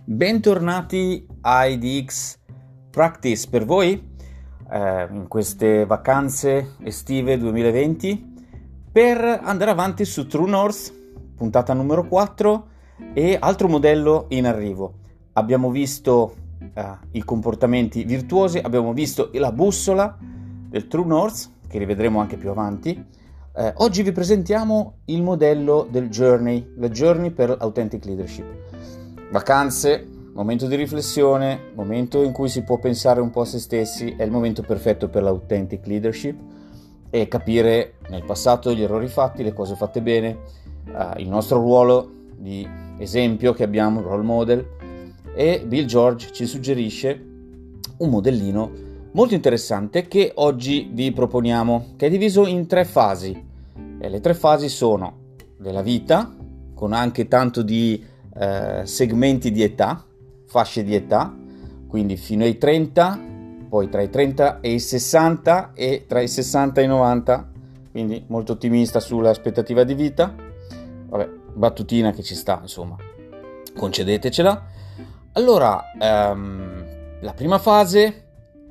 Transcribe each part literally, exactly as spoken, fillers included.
Bentornati a I D X Practice per voi eh, in queste vacanze estive duemilaventi per andare avanti su True North, puntata numero quattro e altro modello in arrivo. Abbiamo visto eh, i comportamenti virtuosi, abbiamo visto la bussola del True North che rivedremo anche più avanti. Eh, oggi vi presentiamo il modello del Journey, la Journey per Authentic Leadership. Vacanze, momento di riflessione, momento in cui si può pensare un po' a se stessi, è il momento perfetto per l'Authentic Leadership e capire nel passato gli errori fatti, le cose fatte bene, eh, il nostro ruolo di esempio che abbiamo, role model, e Bill George ci suggerisce un modellino molto interessante che oggi vi proponiamo, che è diviso in tre fasi. E le tre fasi sono della vita, con anche tanto di eh, segmenti di età, fasce di età, quindi fino ai trenta, poi tra i trenta e i sessanta e tra i sessanta e i novanta, quindi molto ottimista sull'aspettativa di vita. Vabbè, battutina che ci sta, insomma, concedetecela. Allora, ehm, la prima fase,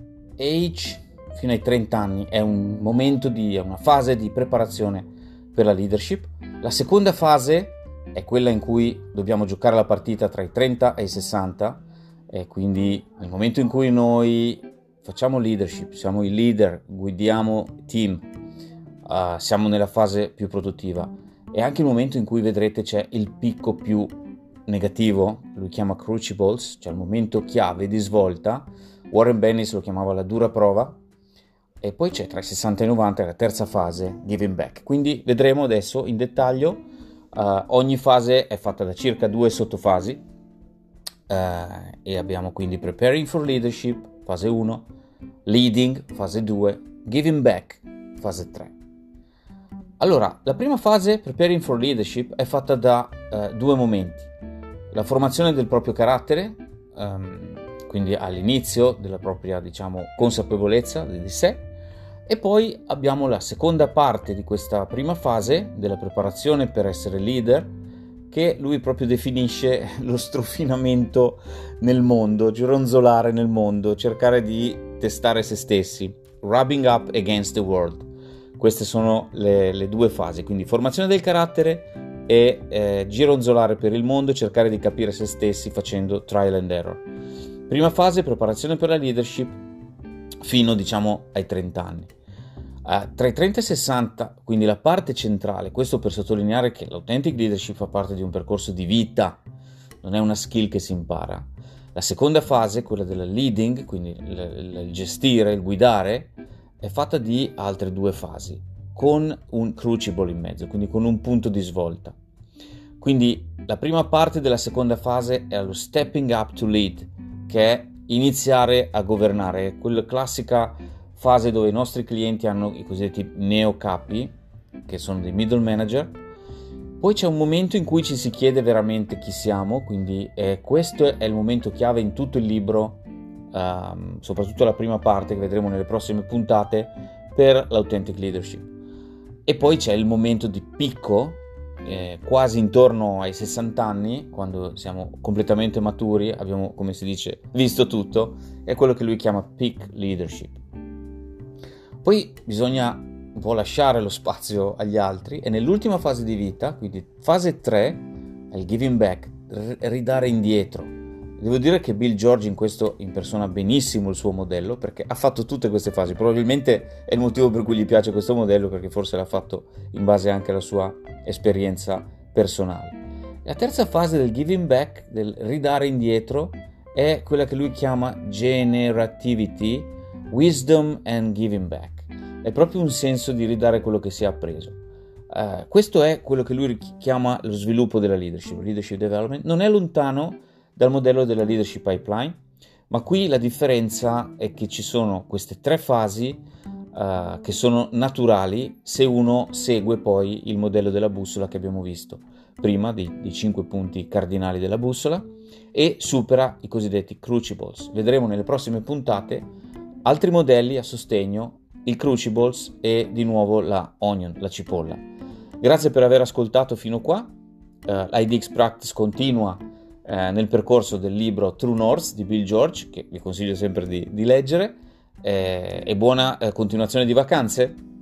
age fino ai trenta anni, è un momento di, è una fase di preparazione per la leadership. La seconda fase è quella in cui dobbiamo giocare la partita tra i trenta e i sessanta, e quindi nel momento in cui noi facciamo leadership, siamo i leader, guidiamo team, uh, siamo nella fase più produttiva. È anche il momento in cui vedrete c'è il picco più negativo, lui chiama crucibles, cioè il momento chiave di svolta. Warren Bennis lo chiamava la dura prova. E poi c'è tra i sessanta e i novanta la terza fase, giving back. Quindi vedremo adesso in dettaglio. Uh, ogni fase è fatta da circa due sottofasi uh, e abbiamo quindi preparing for leadership, fase uno, leading, fase due, giving back, fase tre. Allora, la prima fase, preparing for leadership, è fatta da uh, due momenti: la formazione del proprio carattere, um, quindi all'inizio della propria, diciamo, consapevolezza di sé. E poi abbiamo la seconda parte di questa prima fase, della preparazione per essere leader, che lui proprio definisce lo strofinamento nel mondo, gironzolare nel mondo, cercare di testare se stessi, rubbing up against the world. Queste sono le, le due fasi, quindi formazione del carattere e eh, gironzolare per il mondo, cercare di capire se stessi facendo trial and error. Prima fase, preparazione per la leadership, fino diciamo ai trenta anni. Uh, tra i trenta e i sessanta, quindi la parte centrale, questo per sottolineare che l'Authentic Leadership fa parte di un percorso di vita, non è una skill che si impara. La seconda fase, quella della leading, quindi il, il gestire, il guidare, è fatta di altre due fasi, con un crucible in mezzo, quindi con un punto di svolta. Quindi la prima parte della seconda fase è lo stepping up to lead, che è iniziare a governare, quella classica fase dove i nostri clienti hanno i cosiddetti neocapi, che sono dei middle manager. Poi c'è un momento in cui ci si chiede veramente chi siamo, quindi eh, questo è il momento chiave in tutto il libro, ehm, soprattutto la prima parte che vedremo nelle prossime puntate, per l'Authentic Leadership. E poi c'è il momento di picco, eh, quasi intorno ai sessanta anni, quando siamo completamente maturi, abbiamo, come si dice, visto tutto, è quello che lui chiama peak leadership. Poi bisogna un po' lasciare lo spazio agli altri e nell'ultima fase di vita, quindi fase tre, è il giving back, r- ridare indietro. Devo dire che Bill George in questo impersona benissimo il suo modello, perché ha fatto tutte queste fasi. Probabilmente è il motivo per cui gli piace questo modello, perché forse l'ha fatto in base anche alla sua esperienza personale. La terza fase del giving back, del ridare indietro, è quella che lui chiama generativity, wisdom and giving back. È proprio un senso di ridare quello che si è appreso. Uh, questo è quello che lui chiama lo sviluppo della leadership, leadership development. Non è lontano dal modello della leadership pipeline, ma qui la differenza è che ci sono queste tre fasi uh, che sono naturali se uno segue poi il modello della bussola che abbiamo visto prima, di, di cinque punti cardinali della bussola, e supera i cosiddetti crucibles. Vedremo nelle prossime puntate altri modelli a sostegno, il crucibles e di nuovo la onion, la cipolla. Grazie per aver ascoltato fino qua. Uh, l'I D X Practice continua eh, nel percorso del libro True North di Bill George, che vi consiglio sempre di, di leggere, eh, e buona eh, continuazione di vacanze.